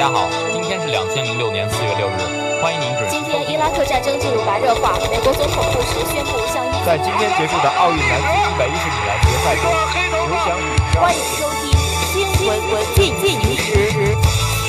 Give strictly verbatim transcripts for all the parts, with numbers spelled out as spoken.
家好，今天是两千零六年四月六日，欢迎您准时。 今天伊拉克战争进入白热化，美国总统布什宣布向伊。 在今天结束的奥运男子一百一十米栏决赛中，刘翔宇。 欢迎收听新闻文近近于时。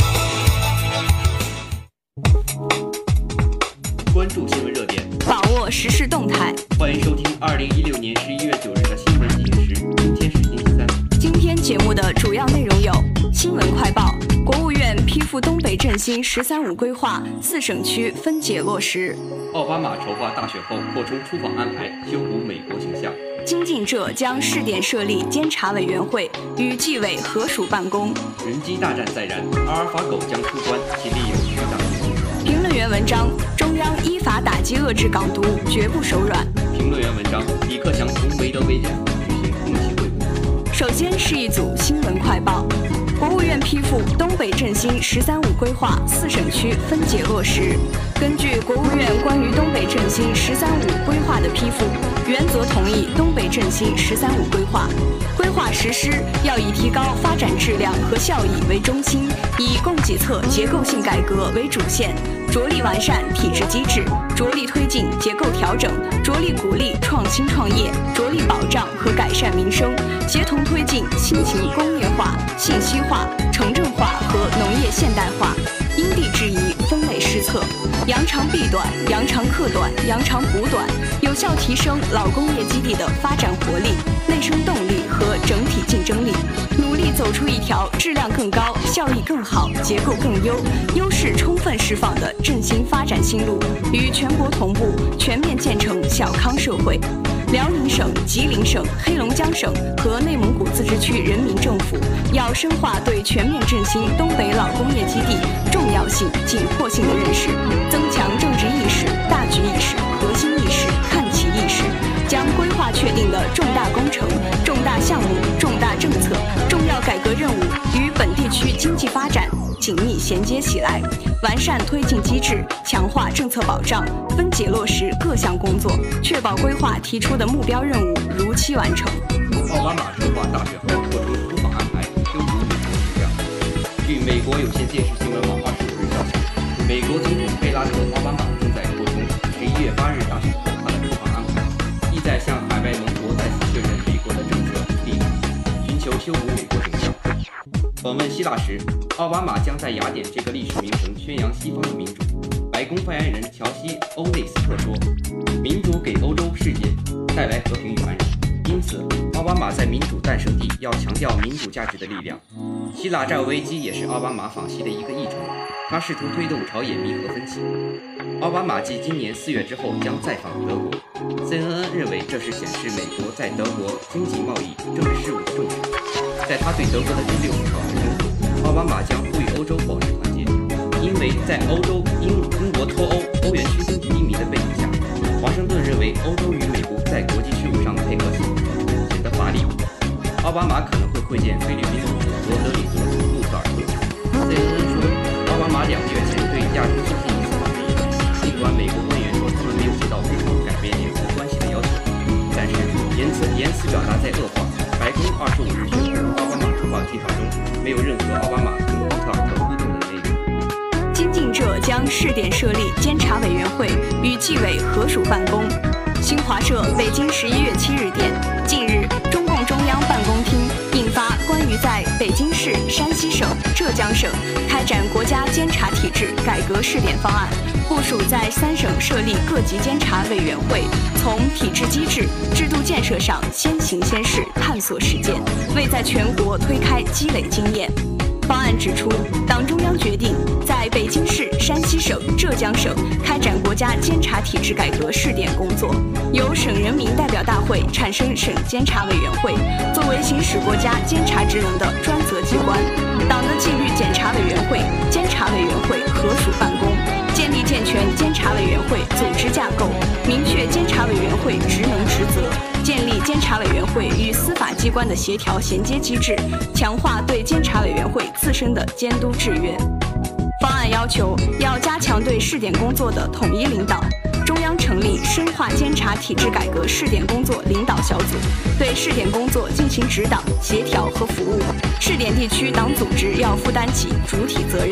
关注新闻热点， 把握时事动态。 欢迎收听二零一六年十一月九日的新闻即时。今天是星期三。 今天节目的主要内容有：新闻快报，国务院批复东北振兴“十三五”规划，四省区分解落实； 奥巴马筹划大选后扩充出访安排，修补美国形象； 经济浙将试点设立监察委员会，与纪委合署办公； 人机大战再燃，阿尔法狗将出关，其力有巨大前景。 评论员文章：中央依法打击遏制港独，绝不手软。 评论员文章：李克强同梅德韦杰夫举行空气会晤。 首先是一组新闻快报。国务院批复东北振兴“十三五”规划，四省区分解落实。根据国务院关于东北振兴“十三五”规划的批复，原则同意东北振兴“十三五”规划。规划实施要以提高发展质量和效益为中心，以供给侧结构性改革为主线，着力完善体制机制，着力推进结构调整，着力鼓励创新创业，着力保障和改善民生，协同推进新型工业化、信息化、城镇化和农业现代化，因地制宜，分类施策，扬长避短，扬长克短，扬长补短，有效提升老工业基地的发展活力、内生动力和整体竞争力，努力走出一条质量更高、效益更好、结构更优、优势充分释放的振兴发展新路，与全国同步全面建成小康社会。辽宁省、吉林省、黑龙江省和内蒙古自治区人民政府要深化对全面振兴东北老工业基地重要性、紧迫性的认识，增强政治意识、大局意识、核心意识、看齐意识，将规划确定的重大工程、重大项目、重大政策、重要改革任务与本地区经济发展紧密衔接起来，完善推进机制，强化政策保障，分解落实各项工作，确保规划提出的目标任务如期完成。 奥巴马筹划大选后扩充出访安排，修补美国形象。据美国有线电视新闻网二十五日消息，美国总统贝拉克·奥巴马正在扩充十一月八日大选后他的出访安排，意在向海外盟国再次确认美国的政策立场，寻求修补美国形象。访问希腊时，奥巴马将在雅典这个历史名城宣扬西方的民主。白宫发言人乔西·欧内斯特说：“民主给欧洲世界带来和平与安宁，因此，奥巴马在民主诞生地要强调民主价值的力量。”希腊债务危机也是奥巴马访西的一个议程，他试图推动朝野弥合分歧。奥巴马继今年四月之后将再访德国 ，C N N 认为这是显示美国在德国经济贸易、政治事务的重视。在他对德国的第六次访问中，奥巴马将呼吁欧洲保持团结，因为在欧洲因英国脱欧、欧元区经济低迷的背景下，华盛顿认为欧洲与美国在国际事务上的配合性显得乏力。奥巴马可能会会见菲律宾总统罗德里格·杜特尔特。C N N 说，奥巴马两个月前对亚洲新兴一次访问，尽管美国官员说他们没有接到非常改变联合关系的要求，但是言辞言辞表达在恶化。白宫二十五日宣布，奥巴马出访计划中没有任何奥巴马跟杜特尔特互动的内容。 经济浙将试点设立监察委员会，与纪委合署办公。新华社北京十一月七日电，近日，中共中央办公厅印发关于在北京市、山西省、浙江省开展国家监察体制改革试点方案，部署在三省设立各级监察委员会，从体制机制、制度建设上先行先试，探索实践，为在全国推开积累经验。方案指出，党中央决定在北京市、山西省、浙江省开展国家监察体制改革试点工作，由省人民代表大会产生省监察委员会，作为行使国家监察职能的专责机关。党的纪律检查委员会、监察委员会合署办公，建立健全监察委员会组织架构，明确监察委员会职能职责，建立监察委员会与司法机关的协调衔接机制，强化对监察委员会自身的监督制约。方案要求要加强对试点工作的统一领导，中央成立深化监察体制改革试点工作领导小组，对试点工作进行指导、协调和服务。试点地区党组织要负担起主体责任。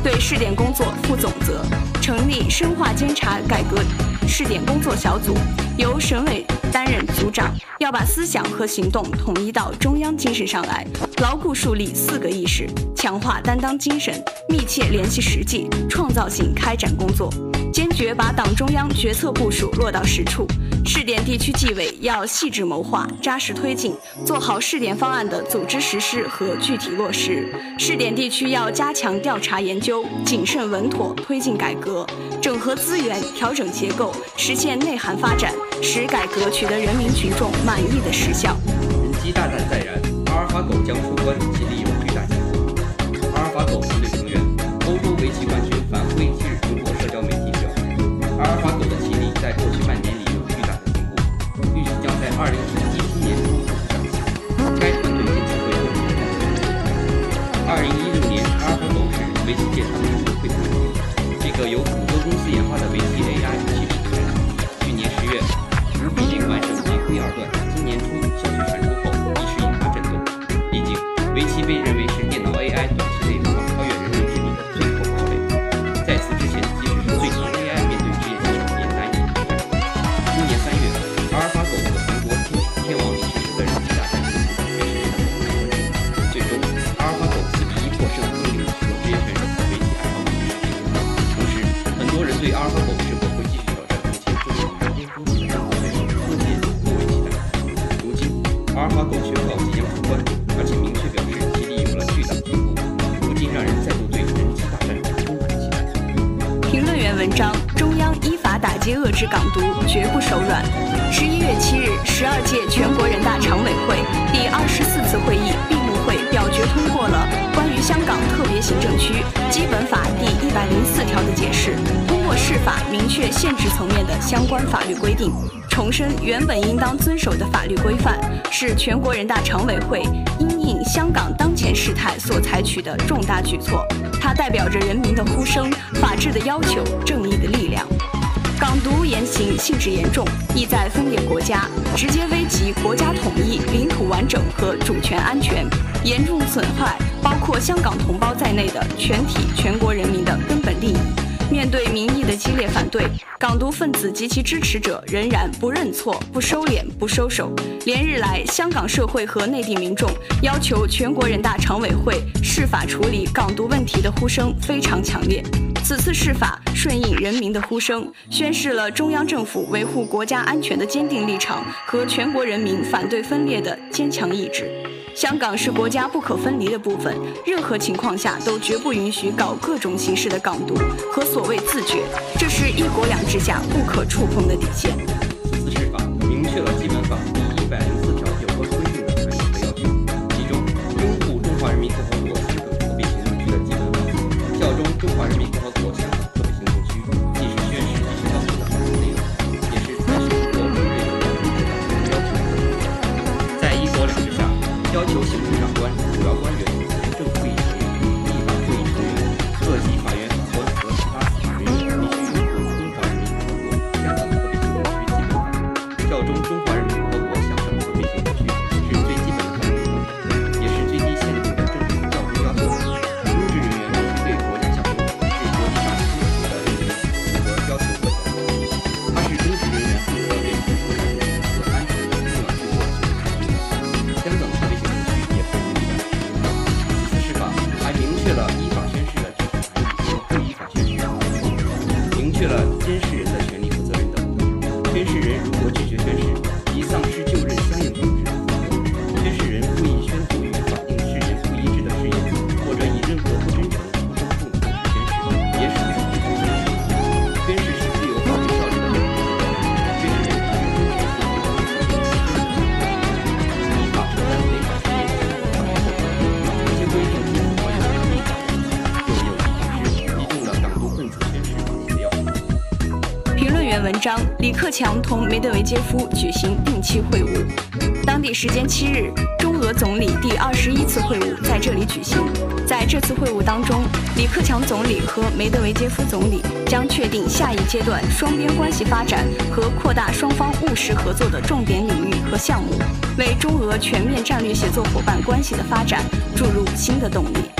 对试点工作负总责，成立深化监察改革试点工作小组，由省委担任组长，要把思想和行动统一到中央精神上来，牢固树立四个意识，强化担当精神，密切联系实际，创造性开展工作，坚决把党中央决策部署落到实处。试点地区纪委要细致谋划，扎实推进，做好试点方案的组织实施和具体落实。试点地区要加强调查研究，谨慎稳妥推进改革，整合资源，调整结构，实现内涵发展，使改革取得人民群众满意的实效。 人机大战再燃，阿尔法狗将出关，其利有巨大前途。阿尔法狗团队成员、欧洲围棋冠军樊辉近日通过社交媒体表示，阿尔法狗的棋力在过去半年里有巨大的进步，预计将在二零一七年初复出上线。该团队近期会购入二零一六年，阿尔法狗是围棋界堂之首的会团队，这个由谷歌公司研发的围棋 A I 棋力战，去年十月五比零完胜樊辉二段，今年初消息传出后，一时引发震动。毕竟，围棋被认为是电脑 A I 短期内无法超越人类智力的最后堡垒。在此之前，即使是最强 A I 面对职业棋手也难以挑战。今年三月，阿尔法狗和韩国天王李世石的人机大战引起了全世界的广泛关注。最终，阿尔法狗四比一获胜，赢领了许多职业选手和围棋爱好者的世界观。同时，很多人对阿尔法狗是否会继续挑战目前中国顶尖中期的中国选手柯洁颇为期待。如今，阿尔法狗宣告即将出关，而且明确表示其力有了巨大进步，不禁让人再度对人机大战充满期待。 评论员文章：中央依法打击遏制港独，绝不手软。十一月七日，十二届全国人大常委会第二十四次会议闭幕会表决通过了关于香港特别行政区基本法第一百零四条的解释，通过释法明确限制层面的相关法律规定，重申原本应当遵守的法律规范，是全国人大常委会因应香港当前事态所采取的重大举措，它代表着人民的呼声、法治的要求、正义的力量。港独言行性质严重，意在分裂国家，直接危及国家统一、领土完整和主权安全，严重损害包括香港同胞在内的全体全国人民的根本利益。面对民意的激烈反对，港独分子及其支持者仍然不认错、不收敛、不收手。连日来，香港社会和内地民众要求全国人大常委会释法处理港独问题的呼声非常强烈。此次释法顺应人民的呼声，宣示了中央政府维护国家安全的坚定立场和全国人民反对分裂的坚强意志。香港是国家不可分离的部分，任何情况下都绝不允许搞各种形式的港独和所谓自决，这是一国两制下不可触碰的底线。 此次释法明确了基本法第一百零四条有关规定的含义和要求，其中拥护中华人民共和国香港特别行政区的基本法，效忠中华人民共和国香港特别行政区，既是宣誓必须要求的法律内容，也是参审和终日有关工作的要求。在一国两制下，要求行政长官、主要官员、行政会议成员、立法会议成员、各级法院法官和其他司法人员必须拥护中华人民共和国香港特别行政区基本法，效忠中华人民共和国香港特别行政区，是最基本的法律条款，也是最低限度的政治教育要求。公职人员必须对国家效忠，是国际法清楚的认定资格要求和条件，它是公职人员负责维护国家主权和安全的重要职责所规定的。香港特别行政区也不容例外。此次释法还明确了依法宣誓的具体含义和不依法宣誓的后果，明确了监誓人的权利和责任等。宣誓人如果拒绝宣誓，即丧失就任相应公职的资格。宣誓人故意宣布与法定誓言不一致的誓言，或者以任何不真诚、不公正的方式宣誓，也属于不公宣誓。宣誓是具有法律效力的政治手段，宣誓人必须遵循自己的自信和宣誓的规定，依法承担违反誓言前的法律后果。这些规定既符合有利立法原则，又有力法治，击中了港独分子宣誓法律的要求。 评论员文章：李克强同梅德韦杰夫举行定期会晤。当地时间七日，中俄总理第二十一次会晤在这里举行。在这次会晤当中，李克强总理和梅德韦杰夫总理将确定下一阶段双边关系发展和扩大双方务实合作的重点领域和项目，为中俄全面战略协作伙伴关系的发展注入新的动力。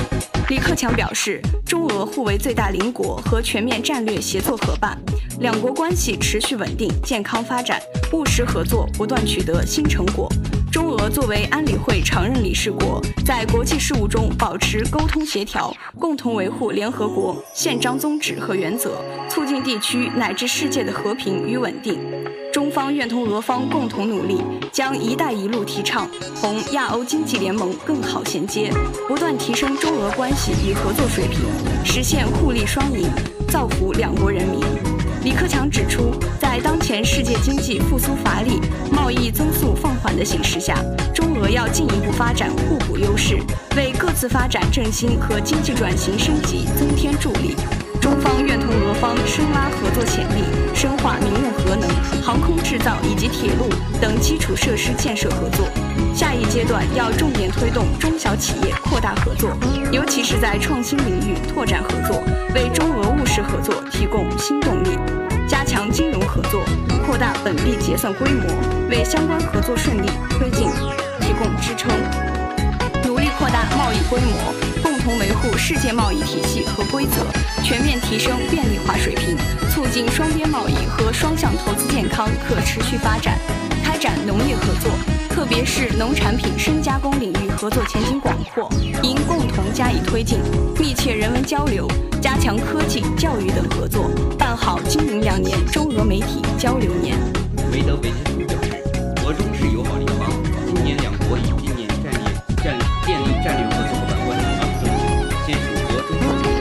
李克强表示，中俄互为最大邻国和全面战略协作伙伴，两国关系持续稳定、健康发展，务实合作不断取得新成果。中俄作为安理会常任理事国，在国际事务中保持沟通协调，共同维护联合国宪章宗旨和原则，促进地区乃至世界的和平与稳定。中方愿同俄方共同努力，将“一带一路”提倡同亚欧经济联盟更好衔接，不断提升中俄关系与合作水平，实现互利双赢，造福两国人民。李克强指出，在当前世界经济复苏乏力、贸易增速放缓的形势下，中俄要进一步发展互补优势，为各自发展振兴和经济转型升级增添助力。中方愿同俄方深挖合作潜力，深化民用核能、航空制造以及铁路等基础设施建设合作。下一阶段要重点推动中小企业扩大合作，尤其是在创新领域拓展合作，为中俄务实合作提供新动力。加强金融合作，扩大本币结算规模，为相关合作顺利推进提供支撑。努力扩大贸易规模，共同维护世界贸易体系和规则，全面提升便利化水平，促进双边贸易和双向投资健康可持续发展。开展农业合作，特别是农产品深加工领域合作前景广阔，应共同加以推进，密切人文交流，加强科技、教育等合作，办好今明两年中俄媒体交流年。 梅德韦杰夫表示，俄中是友好邻邦，今年两国以今年战略战建立战略合作伙伴关系二十周年，签署俄中合作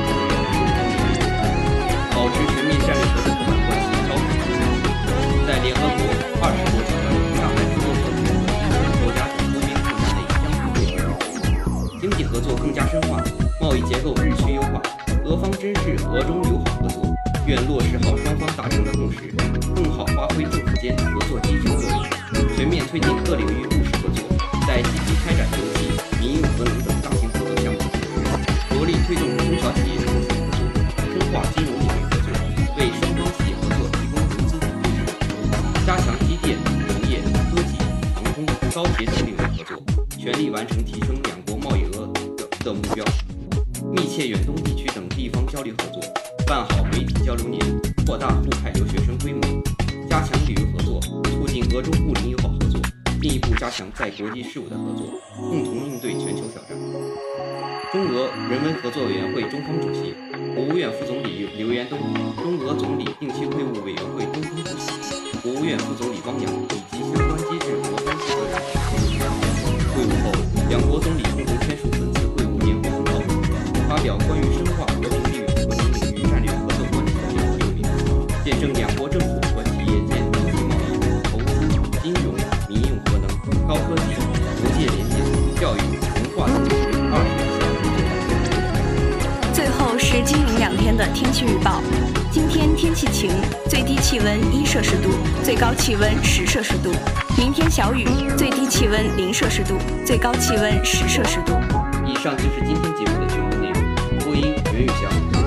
保持全面战略合作伙伴关系高水平，在联合国二十国集团、上海合作社和英俄国家等多边国家内相互配合，经济合作更加深化，贸易结构日趋优化。俄方珍视俄中友好合作，愿落实好双方达成的共识，更好发挥政府间合作提升作用，全面推进各领域务实合作，在积极开展油气、民用核能等大型合作项目的同时，着力推动中小企业创新合作，深化金融领域合作，为双方企业合作提供融资等支持，加强机电、农业、科技、航空、高铁等领域合作，全力完成提升两国贸易额的目标。密切远东地区等地方交流合作，办好媒体交流年，扩大沪派留学生规模，加强旅游合作，促进俄中睦邻友好合作，进一步加强在国际事务的合作，共同应对全球挑战。中俄人文合作委员会中方主席、国务院副总理刘延东、中俄总理定期会晤委员会中方主席、国务院副总理汪洋以及相关机制俄方负责人会晤后，两国总理共同签署本次会晤联合公报，发表关于深化和平与核能领域战略合作关系的联合声明，见证两国政府和企业间经济贸易、投资、金融、民用核能、高科技、国界连接、教育、文化等领域二十余项进展进步。 最后是今明两天的天气预报。今天天气晴，最低气温一摄氏度，最高气温十摄氏度。明天小雨，最低气温零摄氏度，最高气温十摄氏度。 以上就是今天节目的全部内容。播音袁玉祥。